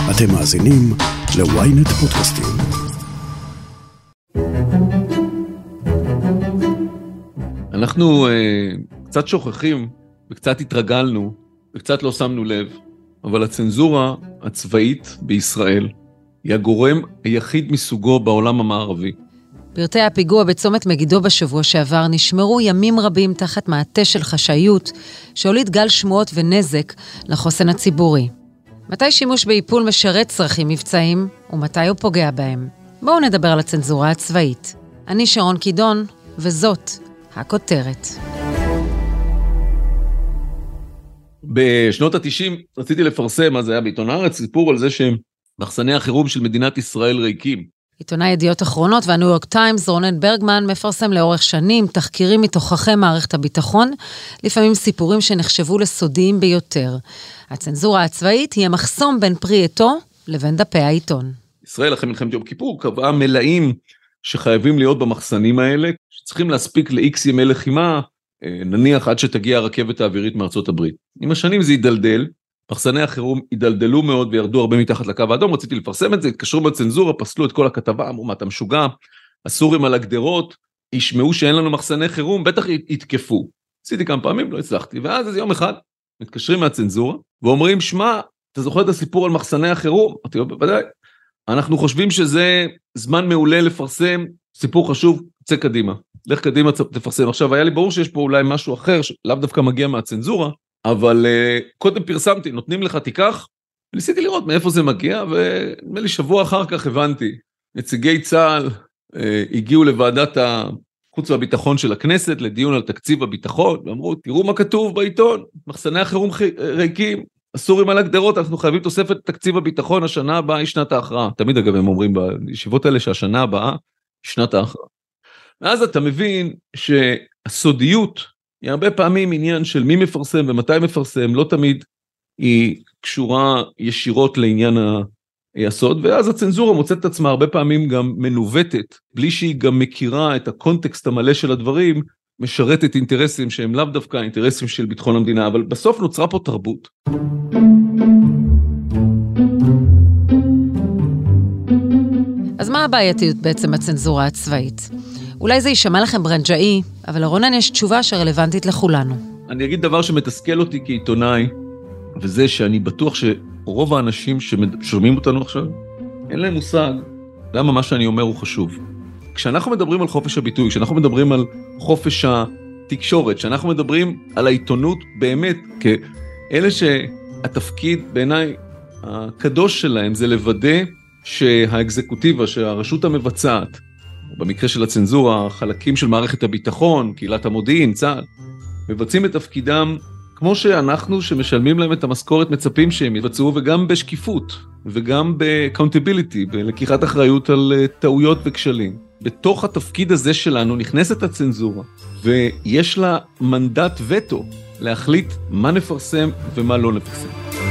אתם מאזינים ל-ynet פודקאסטים. אנחנו קצת שוכחים וקצת התרגלנו וקצת לא שמנו לב, אבל הצנזורה הצבאית בישראל היא הגורם היחיד מסוגו בעולם המערבי. פרטי הפיגוע בצומת מגידו בשבוע שעבר נשמרו ימים רבים תחת מעטה של חשאיות, שהוליד גל שמועות ונזק לחוסן הציבורי. מתי שימוש באיפול משרת צרכים מבצעיים, ומתי הוא פוגע בהם? בואו נדבר על הצנזורה הצבאית. אני שרון קידון, וזאת הכותרת. בשנות ה-90 רציתי לפרסם, אז היה בעיתון הארץ, סיפור על זה שמחסני החירום של מדינת ישראל ריקים. עיתונאי ידיעות אחרונות והניו יורק טיימס, רונן ברגמן, מפרסם לאורך שנים תחקירים מתוככי מערכת הביטחון, לפעמים סיפורים שנחשבו לסודיים ביותר. הצנזורה הצבאית היא המחסום בין פרי עטו לבין דפי העיתון. ישראל אחרי מלחמת יום כיפור קבעה מלאים שחייבים להיות במחסנים האלה, שצריכים להספיק ל-X ימי לחימה, נניח עד שתגיע הרכבת האווירית מארצות הברית. עם השנים זה ידלדל, מחסני החירום ידלדלו מאוד וירדו הרבה מתחת לקו האדום, רציתי לפרסם את זה, התקשרו בצנזורה, פסלו את כל הכתבה, אמרו מה אתה משוגע, הסורים על הגדרות, ישמעו שאין לנו מחסני חירום, בטח יתקפו. עשיתי כמה פעמים, לא הצלחתי, ואז איזה יום אחד, מתקשרים מהצנזורה, ואומרים, שמע, אתה זוכר את הסיפור על מחסני החירום? אמרתי לו, בוודאי, אנחנו חושבים שזה זמן מעולה לפרסם, סיפור חשוב, צא קדימה, לך קדימה תפרסם. עכשיו, היה לי ברור שיש פה אולי משהו אחר, שלאו דווקא מגיע מהצנזורה, אבל קודם פרסמתי, נותנים לך תיקח, וניסיתי לראות מאיפה זה מגיע, ונדמה לי שבוע אחר כך הבנתי, נציגי צה"ל הגיעו לוועדת החוץ והביטחון של הכנסת, לדיון על תקציב הביטחון, ואמרו, תראו מה כתוב בעיתון, מחסני החירום ריקים, הסורים על הגדרות, אנחנו חייבים תוספת תקציב הביטחון, השנה הבאה היא שנת ההכרעה. תמיד אגב הם אומרים בישיבות האלה שהשנה הבאה היא שנת ההכרעה. ואז אתה מבין שהסודיות היא הרבה פעמים עניין של מי מפרסם ומתי מפרסם, לא תמיד היא קשורה ישירות לעניין הסוד, ואז הצנזורה מוצאת את עצמה הרבה פעמים גם מנווטת, בלי שהיא גם מכירה את הקונטקסט המלא של הדברים, משרתת אינטרסים שהם לאו דווקא אינטרסים של ביטחון המדינה, אבל בסוף נוצרה פה תרבות. אז מה הבעייתיות בעצם הצנזורה הצבאית? אולי זה יישמע לכם ברנג'אי, אבל לרונן יש תשובה שרלוונטית לכולנו. אני אגיד דבר שמתסכל אותי כעיתונאי, וזה שאני בטוח שרוב האנשים ששומעים אותנו עכשיו, אין להם מושג למה מה שאני אומר הוא חשוב. כשאנחנו מדברים על חופש הביטוי, כשאנחנו מדברים על חופש התקשורת, כשאנחנו מדברים על העיתונות באמת, כאלה שהתפקיד בעיניי הקדוש שלהם זה לוודא שהאקזקוטיבה, שהרשות המבצעת, במקרה של הצנזורה, חלקים של מערכת הביטחון, קהילת המודיעין, צה"ל, מבצעים את תפקידם כמו שאנחנו שמשלמים להם את המשכורת מצפים שהם יבצעו, וגם בשקיפות, וגם ב-accountability, בלקיחת אחריות על טעויות וכשלים. בתוך התפקיד הזה שלנו נכנסת הצנזורה, ויש לה מנדט וטו להחליט מה נפרסם ומה לא נפרסם.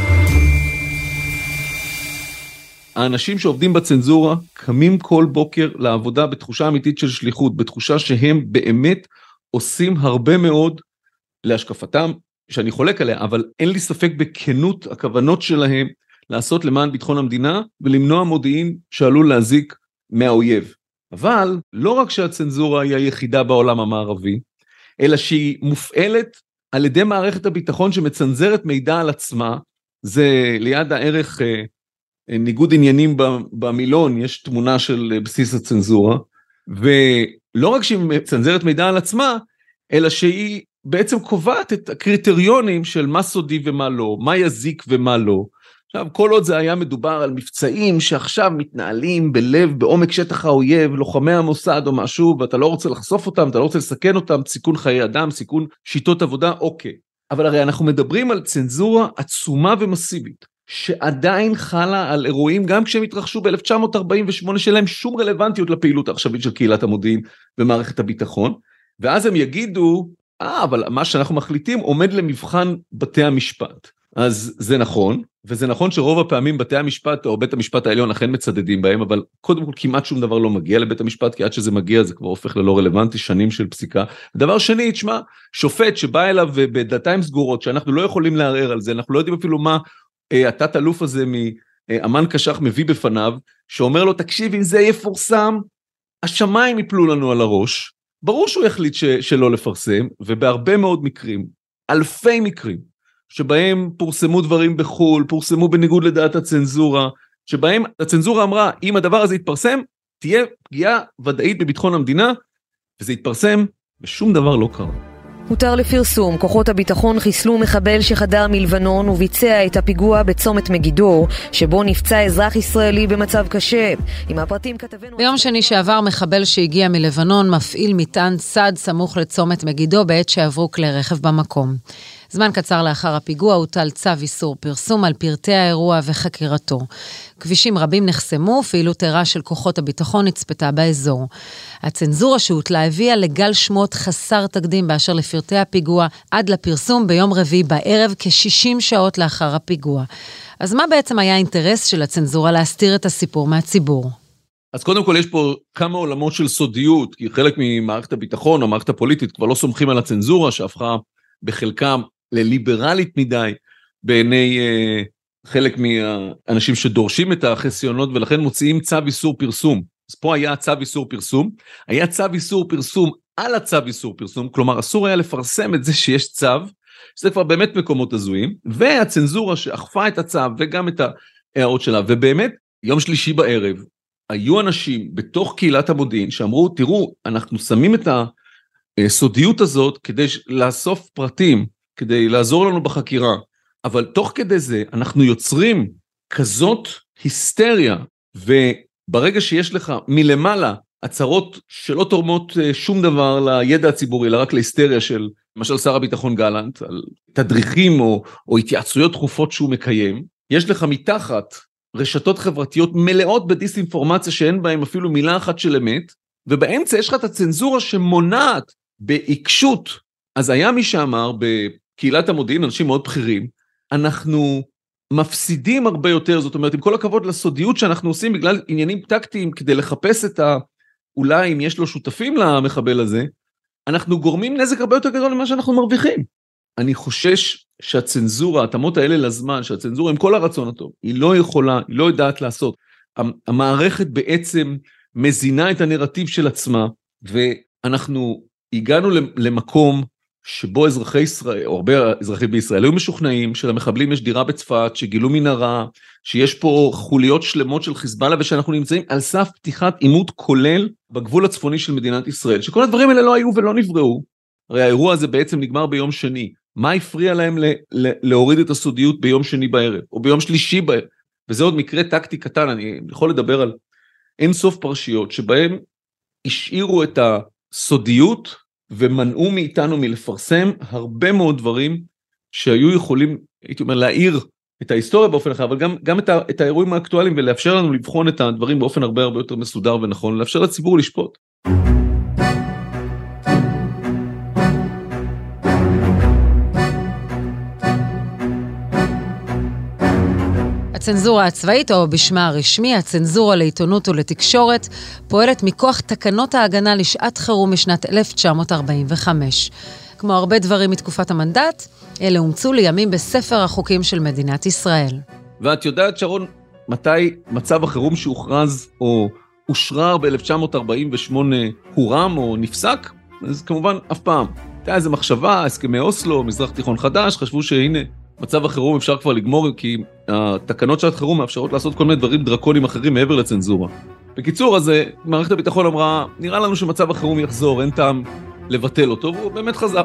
האנשים שעובדים בצנזורה קמים כל בוקר לעבודה בתחושה אמיתית של שליחות, בתחושה שהם באמת עושים הרבה מאוד להשקפתם, שאני חולק עליה, אבל אין לי ספק בכנות הכוונות שלהם לעשות למען ביטחון המדינה, ולמנוע מודיעין שעלול להזיק מהאויב. אבל לא רק שהצנזורה היא היחידה בעולם המערבי, אלא שהיא מופעלת על ידי מערכת הביטחון שמצנזרת מידע על עצמה, זה ליד הערך ניגוד עניינים במילון, יש תמונה של בסיס הצנזורה, ולא רק שהיא מצנזרת מידע על עצמה, אלא שהיא בעצם קובעת את הקריטריונים של מה סודי ומה לא, מה יזיק ומה לא. עכשיו, כל עוד זה היה מדובר על מבצעים שעכשיו מתנהלים בלב, בעומק שטח האויב, לוחמי המוסד או משהו, ואתה לא רוצה לחשוף אותם, אתה לא רוצה לסכן אותם, סיכון חיי אדם, סיכון שיטות עבודה, אוקיי. אבל הרי אנחנו מדברים על צנזורה עצומה ומסיבית, שעדיין חלה על אירועים, גם כשהם התרחשו ב-1948, שלהם שום רלוונטיות לפעילות העכשווית של קהילת המודיעין ומערכת הביטחון, ואז הם יגידו, אבל מה שאנחנו מחליטים עומד למבחן בתי המשפט. אז זה נכון, וזה נכון שרוב הפעמים בתי המשפט או בית המשפט העליון אכן מצדדים בהם, אבל קודם כל כמעט שום דבר לא מגיע לבית המשפט, כי עד שזה מגיע זה כבר הופך ללא רלוונטי, שנים של פסיקה. דבר שני, תשמע, שופט שבא אליו בדלתיים סגורות, שאנחנו לא יכולים לערער על זה, אנחנו לא יודעים אפילו מה התת אלוף הזה אמן קשח מביא בפניו, שאומר לו, תקשיב, אם זה יפורסם, השמיים יפלו לנו על הראש, ברור שהוא יחליט שלא לפרסם, ובהרבה מאוד מקרים, אלפי מקרים, שבהם פורסמו דברים בחול, פורסמו בניגוד לדעת הצנזורה, שבהם הצנזורה אמרה, אם הדבר הזה יתפרסם, תהיה פגיעה ודאית בביטחון המדינה, וזה יתפרסם, ושום דבר לא קרה. הותר לפרסום, כוחות הביטחון חיסלו מחבל שחדר מלבנון וביצע את הפיגוע בצומת מגידור, שבו נפצע אזרח ישראלי במצב קשה. עם הפרטים כתבנו... ביום שני שעבר מחבל שהגיע מלבנון מפעיל מטען צד סמוך לצומת מגידו בעת שעברו כלי רכב במקום. זמן קצר לאחר הפיגוע הוטל צו איסור פרסום על פרטי האירוע וחקירתו. כבישים רבים נחסמו, פעילות ערה של כוחות הביטחון נצפתה באזור. הצנזורה שהוטלה הביאה לגל שמות חסר תקדים באשר לפרטי הפיגוע עד לפרסום ביום רביעי בערב כ-60 שעות לאחר הפיגוע. אז מה בעצם היה האינטרס של הצנזורה להסתיר את הסיפור מהציבור? אז קודם כל יש פה כמה עולמות של סודיות, כי חלק ממערכת הביטחון או מערכת הפוליטית כבר לא סומכים על הצנזורה שהפכה בחלקם לליברלית מדי בעיני חלק מהאנשים שדורשים את החסיונות, ולכן מוציאים צו איסור פרסום. אז פה היה צו איסור פרסום, היה צו איסור פרסום על הצו איסור פרסום, כלומר אסור היה לפרסם את זה שיש צו, שזה כבר באמת מקומות הזויים, והצנזורה שאכפה את הצו וגם את ההערות שלה, ובאמת יום שלישי בערב, היו אנשים בתוך קהילת המודיעין שאמרו, תראו, אנחנו שמים את הסודיות הזאת כדי לאסוף פרטים, כדי לעזור לנו בחקירה, אבל תוך כדי זה אנחנו יוצרים כזאת היסטריה, וברגע שיש לך מלמעלה הצהרות שלא תורמות שום דבר לידע הציבורי, אלא רק להיסטריה של למשל שר הביטחון גלנט, על תדריכים או התייעצויות תכופות שהוא מקיים, יש לך מתחת רשתות חברתיות מלאות בדיסאינפורמציה שאין בהן אפילו מילה אחת של אמת, ובאמצע יש לך את הצנזורה שמונעת בעיקשות. אז היה מי שאמר בקהילת המודיעין, אנשים מאוד בכירים, אנחנו מפסידים הרבה יותר, זאת אומרת, עם כל הכבוד לסודיות שאנחנו עושים בגלל עניינים טקטיים, כדי לחפש את אולי אם יש לו שותפים למחבל הזה, אנחנו גורמים נזק הרבה יותר גדול למה שאנחנו מרוויחים. אני חושש שהצנזורה, התאמות האלה לזמן, שהצנזורה עם כל הרצון הטוב, היא לא יכולה, היא לא יודעת לעשות. המערכת בעצם מזינה את הנרטיב של עצמה, ואנחנו הגענו למקום שבו אזרחי ישראל, או הרבה אזרחים בישראל, היו משוכנעים שלמחבלים יש דירה בצפת, שגילו מנהרה, שיש פה חוליות שלמות של חיזבאללה, ושאנחנו נמצאים על סף פתיחת עימות כולל בגבול הצפוני של מדינת ישראל, שכל הדברים האלה לא היו ולא נבראו. הרי האירוע הזה בעצם נגמר ביום שני. מה הפריע להם להוריד את הסודיות ביום שני בערב, או ביום שלישי בערב? וזה עוד מקרה טקטי קטן, אני יכול לדבר על אין סוף פרשיות, שבהם השאירו את הסודיות, ומנעו מאיתנו מלפרסם הרבה מאוד דברים, שהיו יכולים, הייתי אומר, להעיר את ההיסטוריה באופן אחר, אבל גם את האירועים האקטואליים, ולאפשר לנו לבחון את הדברים באופן הרבה הרבה יותר מסודר ונכון, לאפשר לציבור לשפוט. הצנזורה הצבאית, או בשמה הרשמי, הצנזורה לעיתונות ולתקשורת, פועלת מכוח תקנות ההגנה לשעת חירום משנת 1945. כמו הרבה דברים מתקופת המנדט, אלה אומצו לימים בספר החוקים של מדינת ישראל. ואת יודעת, שרון, מתי מצב החירום שהוכרז או אושרר ב-1948 הורם או נפסק? אז כמובן אף פעם. הייתה איזו מחשבה, הסכמי אוסלו, מזרח תיכון חדש, חשבו שהנה, מצב החירום אפשר כבר לגמור, כי התקנות שעת חירום מאפשרות לעשות כל מיני דברים דרקונים אחרים מעבר לצנזורה. בקיצור, אז מערכת הביטחון אמרה, נראה לנו שמצב החירום יחזור, אין טעם לבטל אותו, והוא באמת חזר.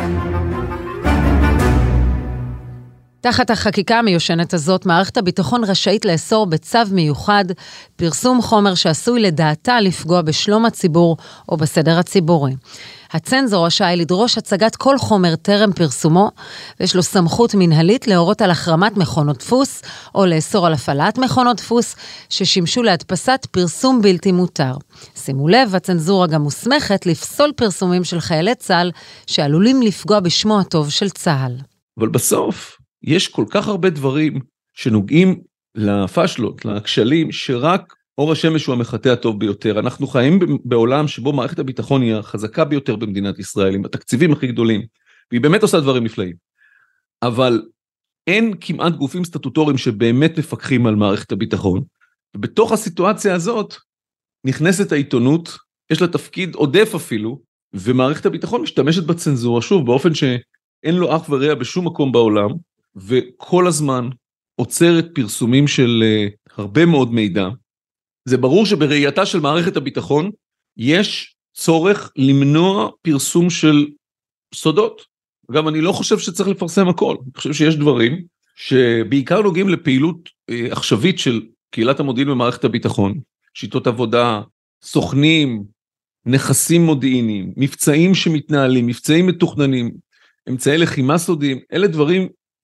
תחת החקיקה המיושנת הזאת, מערכת הביטחון רשאית לאסור בצו מיוחד פרסום חומר שעשוי לדעתה לפגוע בשלום הציבור או בסדר הציבורי. הצנזור רשאי לדרוש הצגת כל חומר טרם פרסומו, ויש לו סמכות מנהלית להורות על החרמת מכונות דפוס, או לאסור על הפעלת מכונות דפוס, ששימשו להדפסת פרסום בלתי מותר. שימו לב, הצנזורה גם מוסמכת לפסול פרסומים של חיילי צה"ל, שעלולים לפגוע בשמו הטוב של צה"ל. אבל בסוף, יש כל כך הרבה דברים שנוגעים לפשלות, לכשלים, שרק אור השמש הוא המחטא הטוב ביותר. אנחנו חיים בעולם שבו מערכת הביטחון היא החזקה ביותר במדינת ישראל, עם התקציבים הכי גדולים, והיא באמת עושה דברים נפלאים. אבל אין כמעט גופים סטטוטוריים שבאמת מפקחים על מערכת הביטחון, ובתוך הסיטואציה הזאת נכנסת העיתונות, יש לה תפקיד עודף אפילו, ומערכת הביטחון משתמשת בצנזורה, שוב, באופן שאין לו אח ורע בשום מקום בעולם, וכל הזמן עוצרת פרסומים של הרבה מאוד מידע. זה ברור שבראייתה של מערכת הביטחון, יש צורך למנוע פרסום של סודות. גם אני לא חושב שצריך לפרסם הכל, אני חושב שיש דברים שבעיקר נוגעים לפעילות עכשווית של קהילת המודיעין במערכת הביטחון, שיטות עבודה, סוכנים, נכסים מודיעיניים, מבצעים שמתנהלים, מבצעים מתוכננים, אמצעי לחימה סודיים, אלה דברים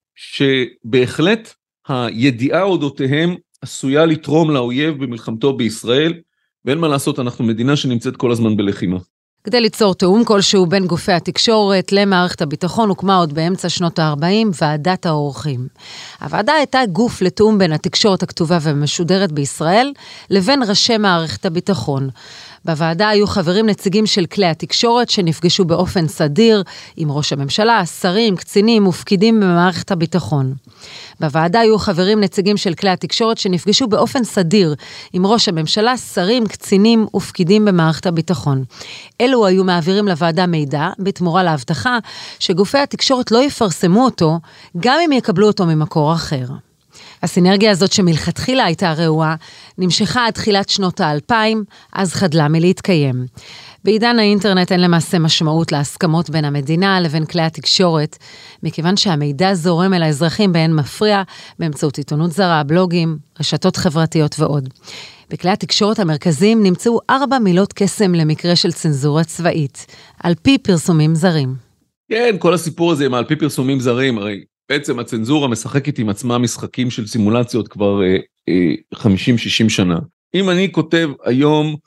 שבהחלט הידיעה אודותיהם עשויה לתרום לאויב במלחמתו בישראל, ואין מה לעשות, אנחנו מדינה שנמצאת כל הזמן בלחימה. כדי ליצור תאום כלשהו בין גופי התקשורת למערכת הביטחון, הוקמה עוד באמצע שנות ה-40 ועדת האורחים. הוועדה הייתה גוף לתאום בין התקשורת הכתובה ומשודרת בישראל, לבין ראשי מערכת הביטחון. בוועדה היו חברים נציגים של כלי התקשורת שנפגשו באופן סדיר עם ראש הממשלה, שרים, קצינים ופקידים במערכת הביטחון. בוועדה היו חברים נציגים של כלי התקשורת שנפגשו באופן סדיר עם ראש הממשלה, שרים, קצינים ופקידים במערכת הביטחון. אלו היו מעבירים לוועדה מידע בתמורה להבטחה שגופי התקשורת לא יפרסמו אותו, גם אם יקבלו אותו ממקור אחר. הסינרגיה הזאת שמלכתחילה הייתה רעועה, נמשכה עד תחילת שנות ה-2000, אז חדלה מלהתקיים. בעידן האינטרנט אין למעשה משמעות להסכמות בין המדינה לבין כלי התקשורת, מכיוון שהמידע זורם אל האזרחים בהן מפריע, באמצעות עיתונות זרה, בלוגים, רשתות חברתיות ועוד. בכלי התקשורת המרכזיים נמצאו 4 מילות קסם למקרה של צנזורה צבאית, על פי פרסומים זרים. כן, כל הסיפור הזה על פי פרסומים זרים, הרי בעצם הצנזורה משחקת עם עצמה משחקים של סימולציות כבר 50-60 שנה. אם אני כותב היום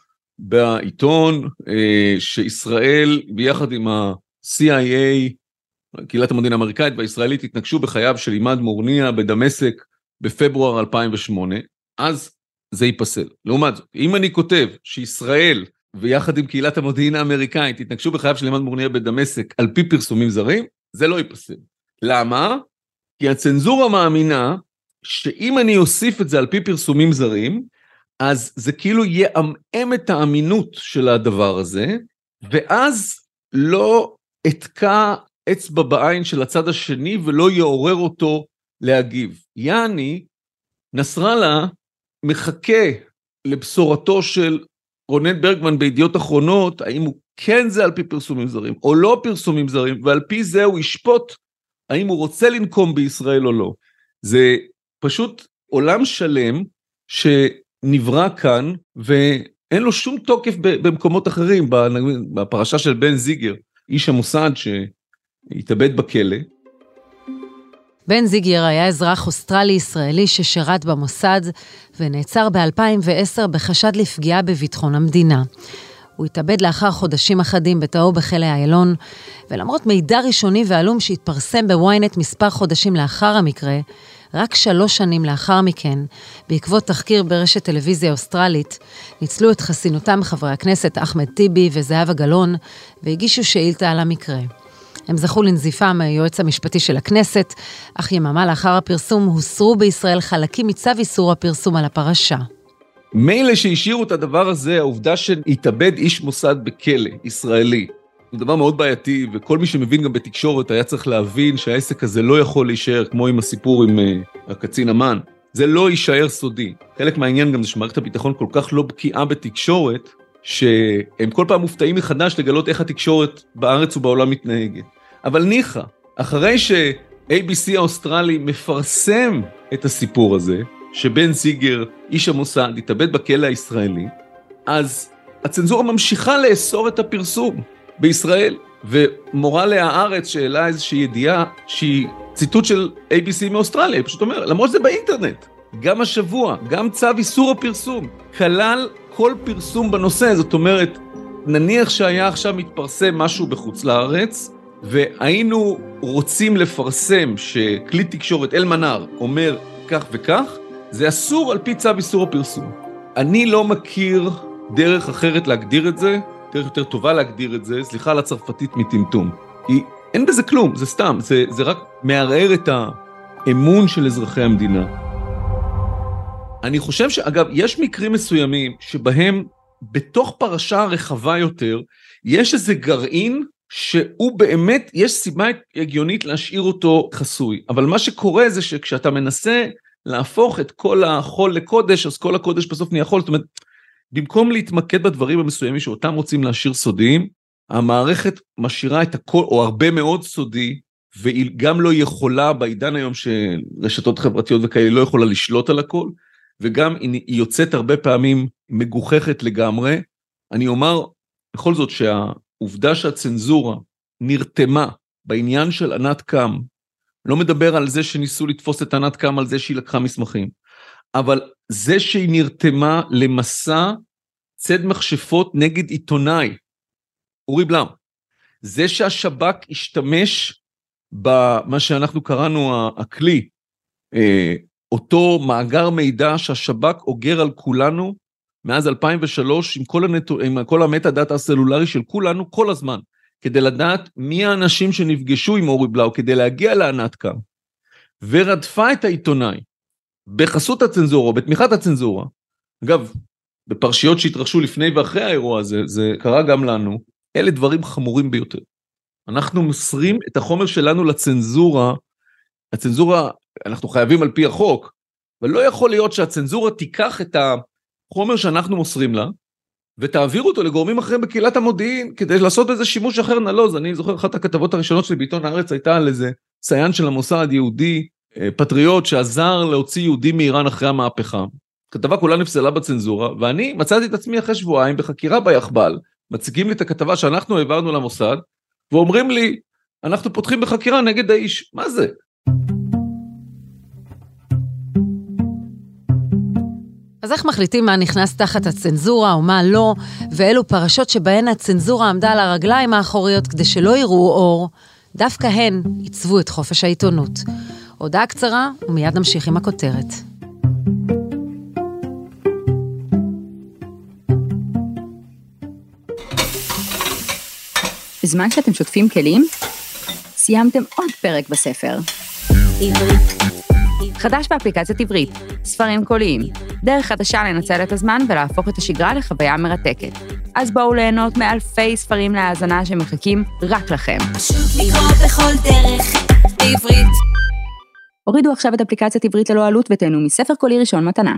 בעיתון שישראל ביחד עם ה-CIA, קהילת המודיעין האמריקאית והישראלית, התנגשו בחייו של עימאד מורניה בדמשק בפברואר 2008, אז זה ייפסל. לעומת זאת, אם אני כותב שישראל ויחד עם קהילת המודיעין האמריקאית התנגשו בחייו של עימאד מורניה בדמשק על פי פרסומים זרים, זה לא ייפסל. למה? כי הצנזורה מאמינה שאם אני אוסיף את זה על פי פרסומים זרים, אז זה כאילו יאמם את האמינות של הדבר הזה, ואז לא אתקע אצבע בעין של הצד השני, ולא יעורר אותו להגיב. יעני, נסראללה מחכה לבשורתו של רונן ברגמן בידיעות אחרונות, האם הוא כן זה על פי פרסומים זרים, או לא פרסומים זרים, ועל פי זה הוא ישפוט, האם הוא רוצה לנקום בישראל או לא. זה פשוט עולם שלם שנברא כאן, ואין לו שום תוקף במקומות אחרים, בפרשה של בן זיגר, איש המוסד שהתאבד בכלא. בן זיגר היה אזרח אוסטרלי-ישראלי ששירת במוסד, ונעצר ב-2010 בחשד לפגיעה בביטחון המדינה. הוא התאבד לאחר חודשים אחדים בתאו בכלא איילון, ולמרות מידע ראשוני ועלום שהתפרסם בוויינט מספר חודשים לאחר המקרה, רק 3 שנים לאחר מכן, בעקבות תחקיר ברשת טלוויזיה אוסטרלית, ניצלו את חסינותם חברי הכנסת אחמד טיבי וזהבה גלאון, והגישו שאילתה על המקרה. הם זכו לנזיפה מהיועץ המשפטי של הכנסת, אך יממה לאחר הפרסום הוסרו בישראל חלקים מצו איסור הפרסום על הפרשה. מילא שהשאירו את הדבר הזה, העובדה שהתאבד איש מוסד בכלא ישראלי, זה דבר מאוד בעייתי, וכל מי שמבין גם בתקשורת היה צריך להבין שהעסק הזה לא יכול להישאר, כמו עם הסיפור עם הקצין אמן, זה לא יישאר סודי. חלק מהעניין גם זה שמערכת הביטחון כל כך לא בקיאה בתקשורת, שהם כל פעם מופתעים מחדש לגלות איך התקשורת בארץ ובעולם מתנהגת. אבל ניחא, אחרי ש-ABC האוסטרלי מפרסם את הסיפור הזה, שבן זיגר, איש המוסד, התאבד בכלא הישראלי, אז הצנזורה ממשיכה לאסור את הפרסום בישראל, ומורה להארץ שאלה איזושהי ידיעה שהיא ציטוט של ABC מאוסטרליה, היא פשוט אומר, למרות זה באינטרנט, גם השבוע, גם צו איסור הפרסום, כלל כל פרסום בנושא, זאת אומרת, נניח שהיה עכשיו מתפרסם משהו בחוץ לארץ, והיינו רוצים לפרסם שכלי תקשורת אל-מנאר אומר כך וכך, זה אסור על פי צו איסור הפרסום. אני לא מכיר דרך אחרת להגדיר את זה, דרך יותר טובה להגדיר את זה, סליחה על הצרפתית מטמטום. אין בזה כלום, זה סתם, זה רק מערער את האמון של אזרחי המדינה. אני חושב שאגב, יש מקרים מסוימים שבהם בתוך פרשה רחבה יותר, יש איזה גרעין שהוא באמת, יש סיבה הגיונית להשאיר אותו חסוי. אבל מה שקורה זה שכשאתה מנסה להפוך את כל החול לקודש, אז כל הקודש בסוף נהיה חול. זאת אומרת, במקום להתמקד בדברים המסוימים שאותם רוצים להשאיר סודיים, המערכת משאירה את הכל, או הרבה מאוד סודי, והיא גם לא יכולה בעידן היום שרשתות חברתיות וכאלה לא יכולה לשלוט על הכל, וגם היא יוצאת הרבה פעמים מגוחכת לגמרי. אני אומר בכל זאת שהעובדה שהצנזורה נרתמה בעניין של ענת קם, לא מדבר על זה שניסו לתפוס את ענת קם על זה שהיא לקחה מסמכים, אבל זה שהיא נרתמה למסע צד מכשפות נגד עיתונאי, אורי בלאו, זה שהשב"כ השתמש במה שאנחנו קראנו הכלי, אותו מאגר מידע שהשב"כ אוגר על כולנו, מאז 2003, עם כל המטה דאטה הסלולרי של כולנו, כל הזמן, כדי לדעת מי האנשים שנפגשו עם אורי בלאו, כדי להגיע לענת קם, ורדפה את העיתונאי, בחסות הצנזורה, בתמיכת הצנזורה. אגב, בפרשיות שהתרחשו לפני ואחרי האירוע הזה, זה קרה גם לנו, אלה דברים חמורים ביותר. אנחנו מוסרים את החומר שלנו לצנזורה, הצנזורה, אנחנו חייבים על פי החוק, אבל לא יכול להיות שהצנזורה תיקח את החומר שאנחנו מוסרים לה, ותעביר אותו לגורמים אחרים בקהילת המודיעין, כדי לעשות בזה שימוש אחר נלוז. אני זוכר אחת הכתבות הראשונות שלי בעיתון הארץ, הייתה על איזה ציין של המוסד יהודי, פטריוט שעזר להוציא יהודים מאיראן אחרי המהפכה. כתבה כולה נפסלה בצנזורה, ואני מצאתי את עצמי אחרי שבועיים בחקירה ביחבל, מציגים לי את הכתבה שאנחנו העברנו למוסד, ואומרים לי, אנחנו פותחים בחקירה נגד האיש. מה זה? אז איך מחליטים מה נכנס תחת הצנזורה או מה לא, ואילו פרשות שבהן הצנזורה עמדה על הרגליים האחוריות כדי שלא יראו אור, דווקא הן עיצבו את חופש העיתונות. הודעה קצרה ומיד נמשיך עם הכותרת. בזמן שאתם שוטפים כלים, סיימתם עוד פרק בספר. עברית. חדש באפליקציית עברית, ספרים קוליים, דרך חדשה לנצל את הזמן ולהפוך את השגרה לחוויה מרתקת. אז בואו ליהנות מאלפי ספרים להאזנה שמחכים רק לכם. פשוט לקרוא בכל דרך, עברית. הורידו עכשיו את אפליקציית עברית ללא עלות ותהנו מספר קולי ראשון מתנה.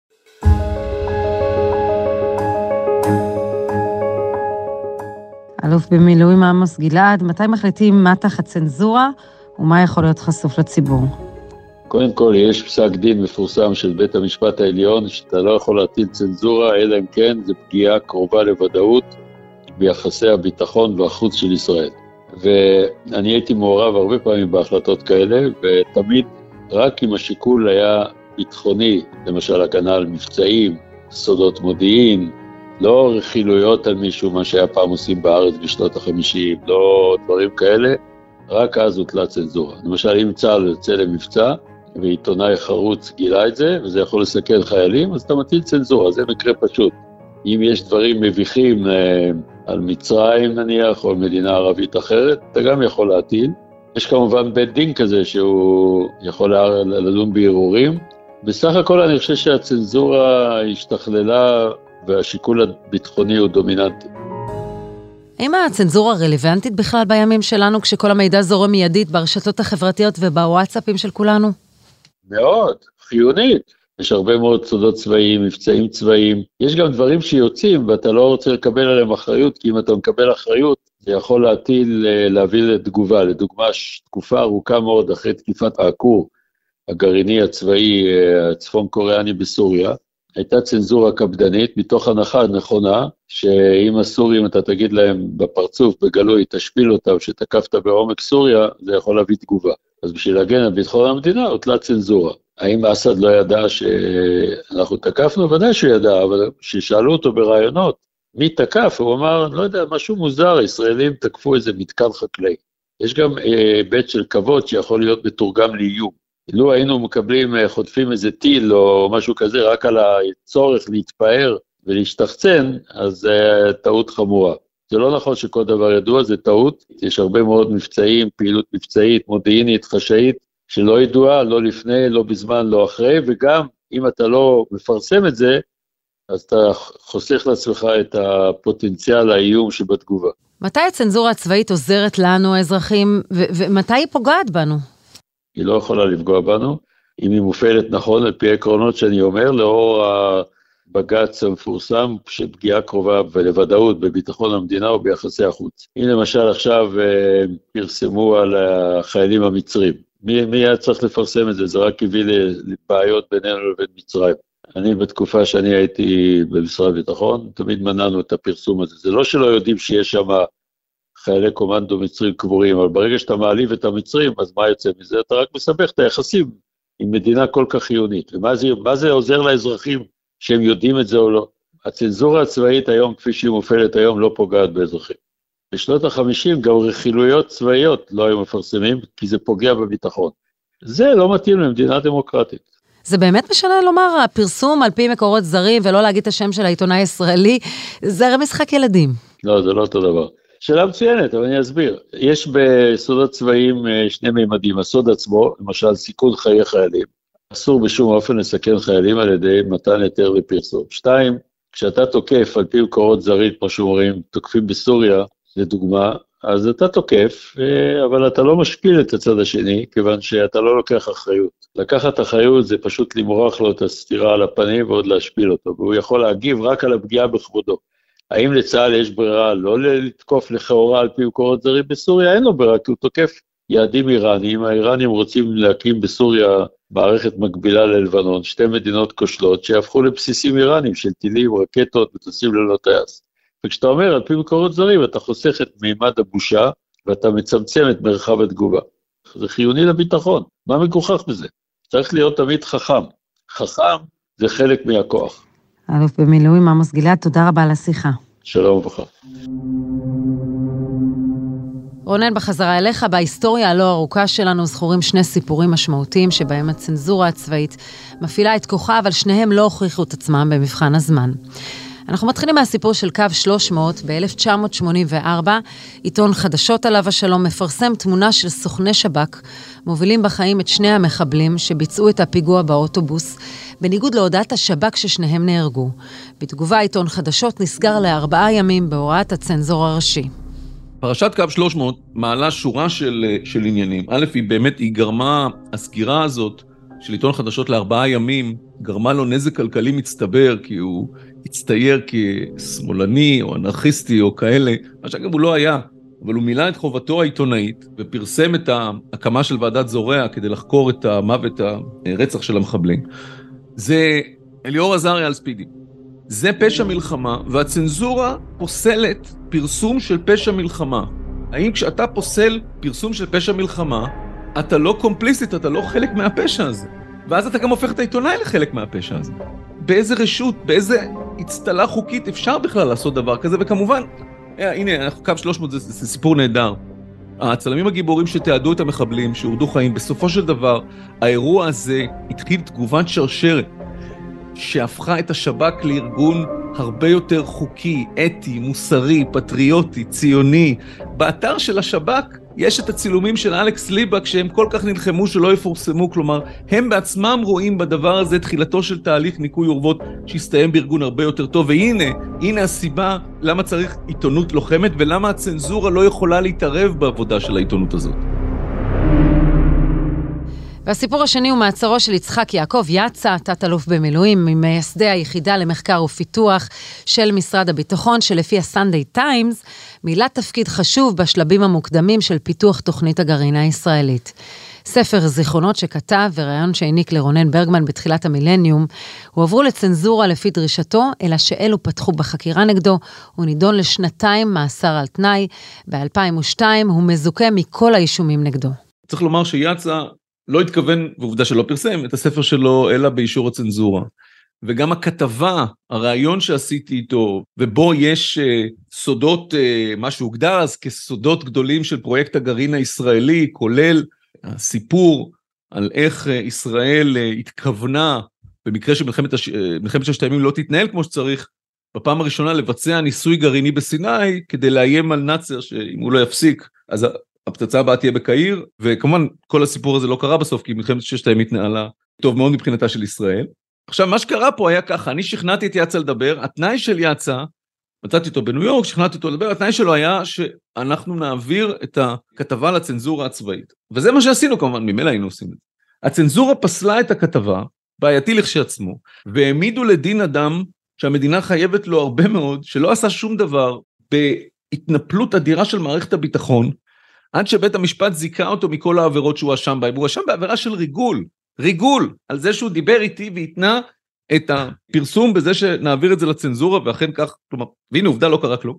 אלוף במילואים עמוס גלעד, מתי מחליטים מה תחת צנזורה ומה יכול להיות חשוף לציבור? קודם כל, יש פסק דין מפורסם של בית המשפט העליון, שאתה לא יכול להטיל צנזורה, אלא אם כן, זה פגיעה קרובה לוודאות ביחסי הביטחון והחוץ של ישראל. ואני הייתי מעורב הרבה פעמים בהחלטות כאלה, ותמיד רק אם השיקול היה ביטחוני, למשל הגנה על מבצעים, סודות מודיעין, לא רכילויות על מישהו, מה שהיה פעם עושים בארץ בשנות ה-50, לא דברים כאלה, רק אז הוטלה צנזורה. למשל, אם צה"ל יוצא למבצע, ועיתונאי חרוץ גילה את זה, וזה יכול לסכן חיילים, אז אתה מטיל צנזורה, זה מקרה פשוט. אם יש דברים מביכים על מצרים נניח, או מדינה ערבית אחרת, אתה גם יכול להטיל. יש כמובן בית דין כזה, שהוא יכול לדון בערעורים. בסך הכל אני חושב שהצנזורה השתכללה, והשיקול הביטחוני הוא דומיננטי. האם הצנזורה רלוונטית בכלל בימים שלנו, כשכל המידע זורם מיידית ברשתות החברתיות ובוואטסאפים של כולנו? מאוד, חיונית. יש הרבה מאוד סודות צבאיים, מבצעים צבאיים. יש גם דברים שיוצאים ואתה לא רוצה לקבל עליהם אחריות, כי אם אתה מקבל אחריות, זה יכול להביא לתגובה. לדוגמה, תקופה ארוכה מאוד אחרי תקיפת הכור הגרעיני הצבאי הצפון קוריאני בסוריה, הייתה צנזורה קפדנית, מתוך הנחה נכונה, שאם הסורים אתה תגיד להם בפרצוף, בגלוי, תשפיל אותם, שתקפת בעומק סוריה, זה יכול להביא תגובה. אז בשביל להגן על ביטחון המדינה, הוטלה צנזורה. האם אסד לא ידע שאנחנו תקפנו? ודאי שהוא ידע, אבל כששאלו אותו ברעיונות, מי תקף? הוא אמר, לא יודע, משהו מוזר, ישראלים תקפו איזה מתקן חקלאי. יש גם בית של כבוד שיכול להיות מתורגם לאיום. לו היינו מקבלים, חוטפים איזה טיל או משהו כזה, רק על הצורך להתפאר ולהשתחצן, אז זה טעות חמורה. זה לא נכון שכל דבר ידוע, זה טעות. יש הרבה מאוד מבצעים, פעילות מבצעית, מודיעינית, חשאית, שלא ידועה, לא לפני, לא בזמן, לא אחרי, וגם אם אתה לא מפרסם את זה, אז אתה חוסך לעצמך את הפוטנציאל האיום שבתגובה. מתי הצנזורה הצבאית עוזרת לנו, האזרחים, ומתי היא פוגעת בנו? היא לא יכולה לפגוע בנו, אם היא מופעלת נכון, על פי העקרונות שאני אומר, לאור הבג"ץ המפורסם, שפגיעה קרובה ולוודאות בביטחון המדינה או ביחסי החוץ. אם למשל עכשיו פרסמו על החיילים המצרים, מי היה צריך לפרסם את זה? זה רק הביא לבעיות בינינו לבין מצרים. אני בתקופה שאני הייתי במשרד הביטחון, תמיד מנענו את הפרסום הזה. זה לא שלא יודעים שיש שם חיילי קומנדו מצרים קבורים, אבל ברגע שאתה מעליב את המצרים, אז מה יוצא מזה? אתה רק מסבך את היחסים עם מדינה כל כך חיונית. ומה זה עוזר לאזרחים שהם יודעים את זה או לא? הצנזורה הצבאית היום, כפי שהיא מופעלת היום, לא פוגעת באזרחים. בשנות ה-50 גם רכילויות צבאיות לא היו מפרסמים, כי זה פוגע בביטחון. זה לא מתאים למדינה דמוקרטית. זה באמת משנה לומר, הפרסום על פי מקורות זרים, ולא להגיד את השם של העיתונאי הישראלי, זה הרי משחק ילדים. לא, זה לא אותו דבר. שאלה מצוינת, אבל אני אסביר. יש בסודות צבאיים שני מימדים. הסוד עצמו, למשל סיכון חיי חיילים. אסור בשום אופן לסכן חיילים על ידי מתן היתר לפרסום. 2, כשאתה תוקף על פי מקורות זרים, כמו שאומרים, תוקפים בסוריה, לדוגמה, אז אתה תוקף, אבל אתה לא משפיל את הצד השני, כיוון שאתה לא לוקח אחריות. לקחת אחריות זה פשוט למרוח לו את הסתירה על הפנים ועוד להשפיל אותו, והוא יכול להגיב רק על הפגיעה בכבודו. האם לצה"ל יש ברירה לא לתקוף לכאורה על פי מקורות זרים בסוריה? אין לו ברירה, כי הוא תוקף יעדים איראנים. האיראנים רוצים להקים בסוריה מערכת מקבילה ללבנון, 2 מדינות כושלות שהפכו לבסיסים איראנים של טילים, רקטות, מטוסים ללא טייס. וכשאתה אומר על פי מקורות זרים, אתה חוסך את מימד הבושה, ואתה מצמצם את מרחב התגובה. זה חיוני לביטחון. מה מגוחך בזה? צריך להיות תמיד חכם. חכם זה חלק מהכוח. אלוף במילואים עמוס גלעד, תודה רבה על השיחה. שלום וברכה. רונן, בחזרה אליך, בהיסטוריה הלא ארוכה שלנו זכורים 2 סיפורים משמעותיים שבהם הצנזורה הצבאית מפעילה את כוחה, אבל שניהם לא הוכיחו את עצמם במבחן הזמן. אנחנו מתחילים מהסיפור של קו 300. ב-1984, עיתון חדשות עליו השלום מפרסם תמונה של סוכני שב"כ, מובילים בחיים את 2 המחבלים שביצעו את הפיגוע באוטובוס, בניגוד להודעת השב"כ ששניהם נהרגו. בתגובה, עיתון חדשות נסגר ל4 ימים בהוראת הצנזור הראשי. פרשת קו 300 מעלה שורה של עניינים. א', היא גרמה, הסגירה הזאת של עיתון חדשות ל4 ימים, גרמה לו נזק כלכלי מצטבר, כי הוא הצטייר כשמאלני או אנרכיסטי או כאלה, מה שגם הוא לא היה, אבל הוא מילא את חובתו העיתונאית, ופרסם את ההקמה של ועדת זורע, כדי לחקור את המוות, הרצח של המחבלים. זה אליאור עזריה על ספידים. זה פשע מלחמה, והצנזורה פוסלת פרסום של פשע מלחמה. האם כשאתה פוסל פרסום של פשע מלחמה, אתה לא קומפליסט, אתה לא חלק מהפשע הזה. ואז אתה גם הופך את העיתונאי לחלק מהפשע הזה. באיזה רשות, באיזה הצטלה חוקית אפשר בכלל לעשות דבר כזה, וכמובן, הנה, קו 300 זה סיפור נהדר. הצלמים הגיבורים שתיעדו את המחבלים, שהורדו חיים, בסופו של דבר, האירוע הזה התחיל תגובת שרשרת, שהפכה את השב"כ לארגון הרבה יותר חוקי, אתי, מוסרי, פטריוטי, ציוני. באתר של השב"כ יש את הצילומים של אלכס ליבק שהם כל כך נלחמו שלא יפורסמו, כלומר, הם בעצמם רואים בדבר הזה תחילתו של תהליך ניקוי אורוות שהסתיים בארגון הרבה יותר טוב, והנה הסיבה למה צריך עיתונות לוחמת ולמה הצנזורה לא יכולה להתערב בעבודה של העיתונות הזאת. והסיפור השני הוא מעצרו של יצחק יעקב יצא, תת-אלוף במילואים, ממייסדי היחידה למחקר ופיתוח של משרד הביטחון, שלפי הסנדיי טיימס, מילא תפקיד חשוב בשלבים המוקדמים של פיתוח תוכנית הגרעין הישראלית. ספר זיכרונות שכתב ורעיון שהעניק לרונן ברגמן בתחילת המילניום, הועברו לצנזורה לפי דרישתו, אלא שאלו פתחו בחקירה נגדו, הוא נידון ל2 מאסר על תנאי, ב-2002 הוא מזוכה מכל האישומים נגדו. צריך לומר שיצא לא התכוון, ועובדה שלא פרסם, את הספר שלו אלא באישור הצנזורה. וגם הכתבה, הרעיון שעשיתי איתו, ובו יש סודות, מה שהוגדר אז כסודות גדולים של פרויקט הגרעין הישראלי, כולל הסיפור על איך ישראל התכוונה, במקרה שמלחמת 6 הימים לא תתנהל כמו שצריך, בפעם הראשונה לבצע ניסוי גרעיני בסיני, כדי לאיים על נאצר, שאם הוא לא יפסיק, אז הפצצה הבאה תהיה בקהיר, וכמובן כל הסיפור הזה לא קרה בסוף, כי מלחמת ששת הימים התנהלה טוב מאוד מבחינתה של ישראל. עכשיו, מה שקרה פה היה ככה, אני שכנעתי את יצא לדבר, התנאי של יצא, מצאתי אותו בניו יורק, שכנעתי אותו לדבר, התנאי שלו היה שאנחנו נעביר את הכתבה לצנזורה הצבאית. וזה מה שעשינו כמובן, ממילא היינו עושים את זה. הצנזורה פסלה את הכתבה, בעייתי לכשעצמו, והעמידו לדין אדם שהמדינה חייבת לו הרבה מאוד, שלא עשה שום דבר בהתנפלות אדירה של מערכת הביטחון, עד שבית המשפט זיקה אותו מכל העבירות שהוא אשם בהם. הוא אשם בעבירה של ריגול, על זה שהוא דיבר איתי והתנה את הפרסום בזה שנעביר את זה לצנזורה, ואכן כך, כלומר, והנה עובדה לא קרה כלום,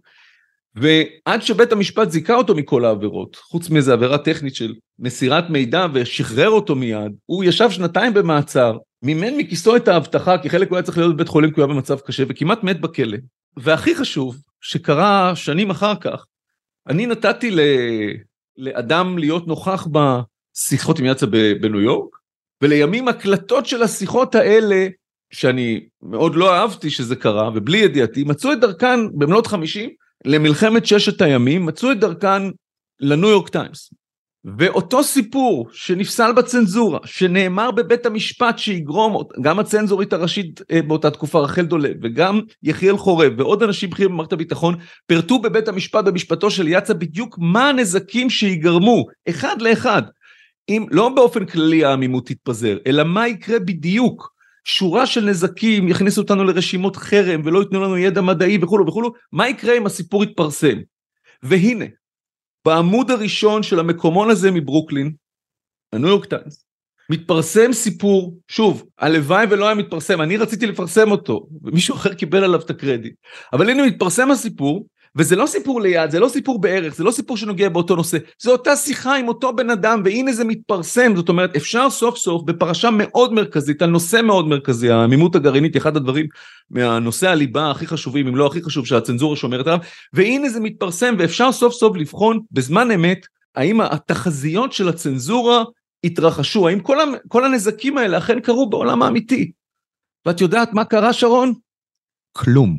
ועד שבית המשפט זיקה אותו מכל העבירות, חוץ מאיזו עבירה טכנית של מסירת מידע ושחרר אותו מיד, הוא ישב 2 במעצר, מימן מכיסו את ההבטחה, כי חלק הוא היה צריך להיות בבית חולים, כי הוא היה במצב קשה, וכמעט מת בכלא. והכי חשוב, שקרה שנים אחר כך, אני נתתי לאדם להיות נוכח בשיחות עם יצא בניו יורק, ולימים הקלטות של השיחות האלה, שאני מאוד לא אהבתי שזה קרה, ובלי ידיעתי, מצאו את דרכן במלאת 50, למלחמת ששת הימים, מצאו את דרכן לניו יורק טיימס. ואותו סיפור שנפסל בצנזורה, שנאמר בבית המשפט שיגרום, גם הצנזורית הראשית באותה תקופה, רחל דולב, וגם יחיאל חורב, ועוד אנשים בכירים במערכת הביטחון, פרטו בבית המשפט במשפטו של יצא בדיוק מה הנזקים שיגרמו, אחד לאחד, אם לא באופן כללי העמימות תתפזר, אלא מה יקרה בדיוק, שורה של נזקים, יכניסו אותנו לרשימות חרם, ולא ייתנו לנו ידע מדעי וכו' וכו', מה יקרה אם הסיפור יתפרסם? והנה, בעמוד הראשון של המקומון הזה מברוקלין, הניו יורק טיימס, מתפרסם סיפור, שוב, הלוואי ולא היה מתפרסם, אני רציתי לפרסם אותו, ומישהו אחר קיבל עליו את הקרדיט, אבל הנה מתפרסם הסיפור, וזה לא סיפור ליד, זה לא סיפור בערך, זה לא סיפור שנוגע באותו נושא, זה אותה שיחה עם אותו בן אדם, והנה זה מתפרסם, זאת אומרת, אפשר סוף סוף בפרשה מאוד מרכזית, על נושא מאוד מרכזי, העמימות הגרעינית, אחד הדברים מהנושא הליבה הכי חשובים, אם לא הכי חשוב שהצנזורה שומרת עליו, והנה זה מתפרסם, ואפשר סוף סוף לבחון בזמן אמת, האם התחזיות של הצנזורה התרחשו, האם כל הנזקים האלה אכן קרו בעולם האמיתי. ואת יודעת מה קרה, שרון? כלום.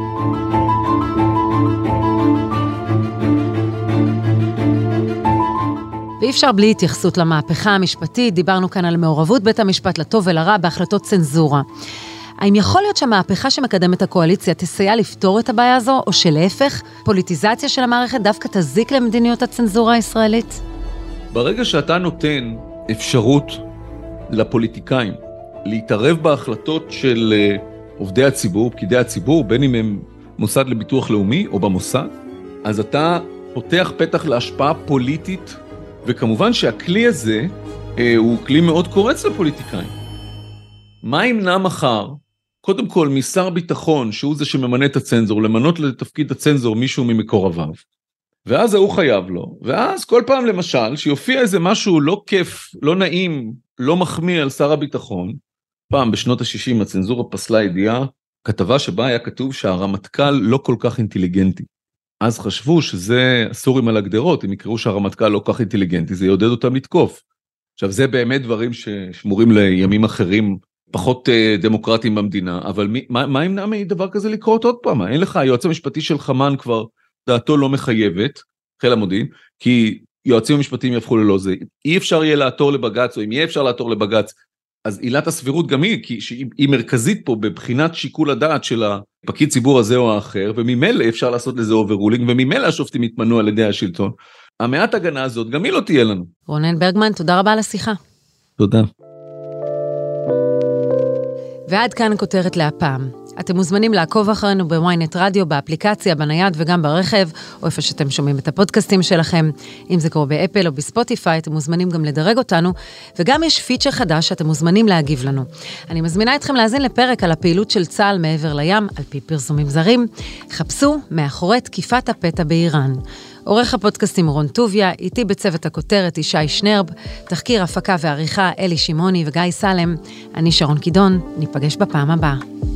ואי אפשר בלי התייחסות למהפכה המשפטית, דיברנו כאן על מעורבות בית המשפט לטוב ולרע בהחלטות צנזורה. האם יכול להיות שהמהפכה שמקדמת הקואליציה תסייע לפתור את הבעיה הזו, או שלהפך, פוליטיזציה של המערכת דווקא תזיק למדיניות הצנזורה הישראלית? ברגע שאתה נותן אפשרות לפוליטיקאים להתערב בהחלטות של עובדי הציבור, פקידי הציבור, בין אם הם מוסד לביטוח לאומי או במוסד, אז אתה פותח פתח להשפעה פוליטית, וכמובן שהכלי הזה הוא כלי מאוד קורץ לפוליטיקאים. מה ימנע מחר, קודם כל משר ביטחון, שהוא זה שממנה את הצנזור, למנות לתפקיד הצנזור מישהו ממקורביו, ואז הוא חייב לו, ואז כל פעם למשל, שיופיע איזה משהו לא כיף, לא נעים, לא מחמיא על שר הביטחון, פעם בשנות ה-60 הצנזורה פסלה ידיעה, כתבה שבה היה כתוב שהרמטכ"ל לא כל כך אינטליגנטי. אז חשבו שזה אסורים על הגדרות, אם יקראו שהרמטכ"ל לא כך אינטליגנטי, זה יעודד אותם לתקוף. עכשיו זה באמת דברים ששמורים לימים אחרים, פחות דמוקרטיים במדינה, אבל מה ימנע מדבר כזה לקרות עוד פעם? אין לך, היועץ המשפטי של חמן כבר דעתו לא מחייבת, חיל המודיעין, כי יועצים המשפטיים יהפכו ללא זה. אי אפשר יהיה לעתור לבגץ, או אם יהיה אפשר לעתור לבגץ, אז עילת הסבירות גם היא, כי היא מרכזית פה בבחינת שיקול הדעת של הפקיד ציבור הזה או האחר, וממילא אפשר לעשות לזה אוברולינג, וממילא השופטים יתמנו על ידי השלטון. המעט הגנה הזאת, גם היא לא תהיה לנו. רונן ברגמן, תודה רבה על השיחה. תודה. ועד כאן כותרת להפעם. אתם מוזמנים לעקוב אחרינו בוויינט רדיו, באפליקציה, בנייד וגם ברכב, או איפה שאתם שומעים את הפודקאסטים שלכם. אם זה קורה באפל או בספוטיפיי, אתם מוזמנים גם לדרג אותנו, וגם יש פיצ'ר חדש שאתם מוזמנים להגיב לנו. אני מזמינה אתכם להאזין לפרק על הפעילות של צה"ל מעבר לים, על פי פרסומים זרים. חפשו מאחורי תקיפת הפתע באיראן. עורך הפודקאסטים רון טוביה, איתי בצוות הכותרת ישי שנרב, תחקיר הפקה ועריכה אלי שמעוני וגיא סלם. אני שרון קידון, ניפגש בפעם הבאה.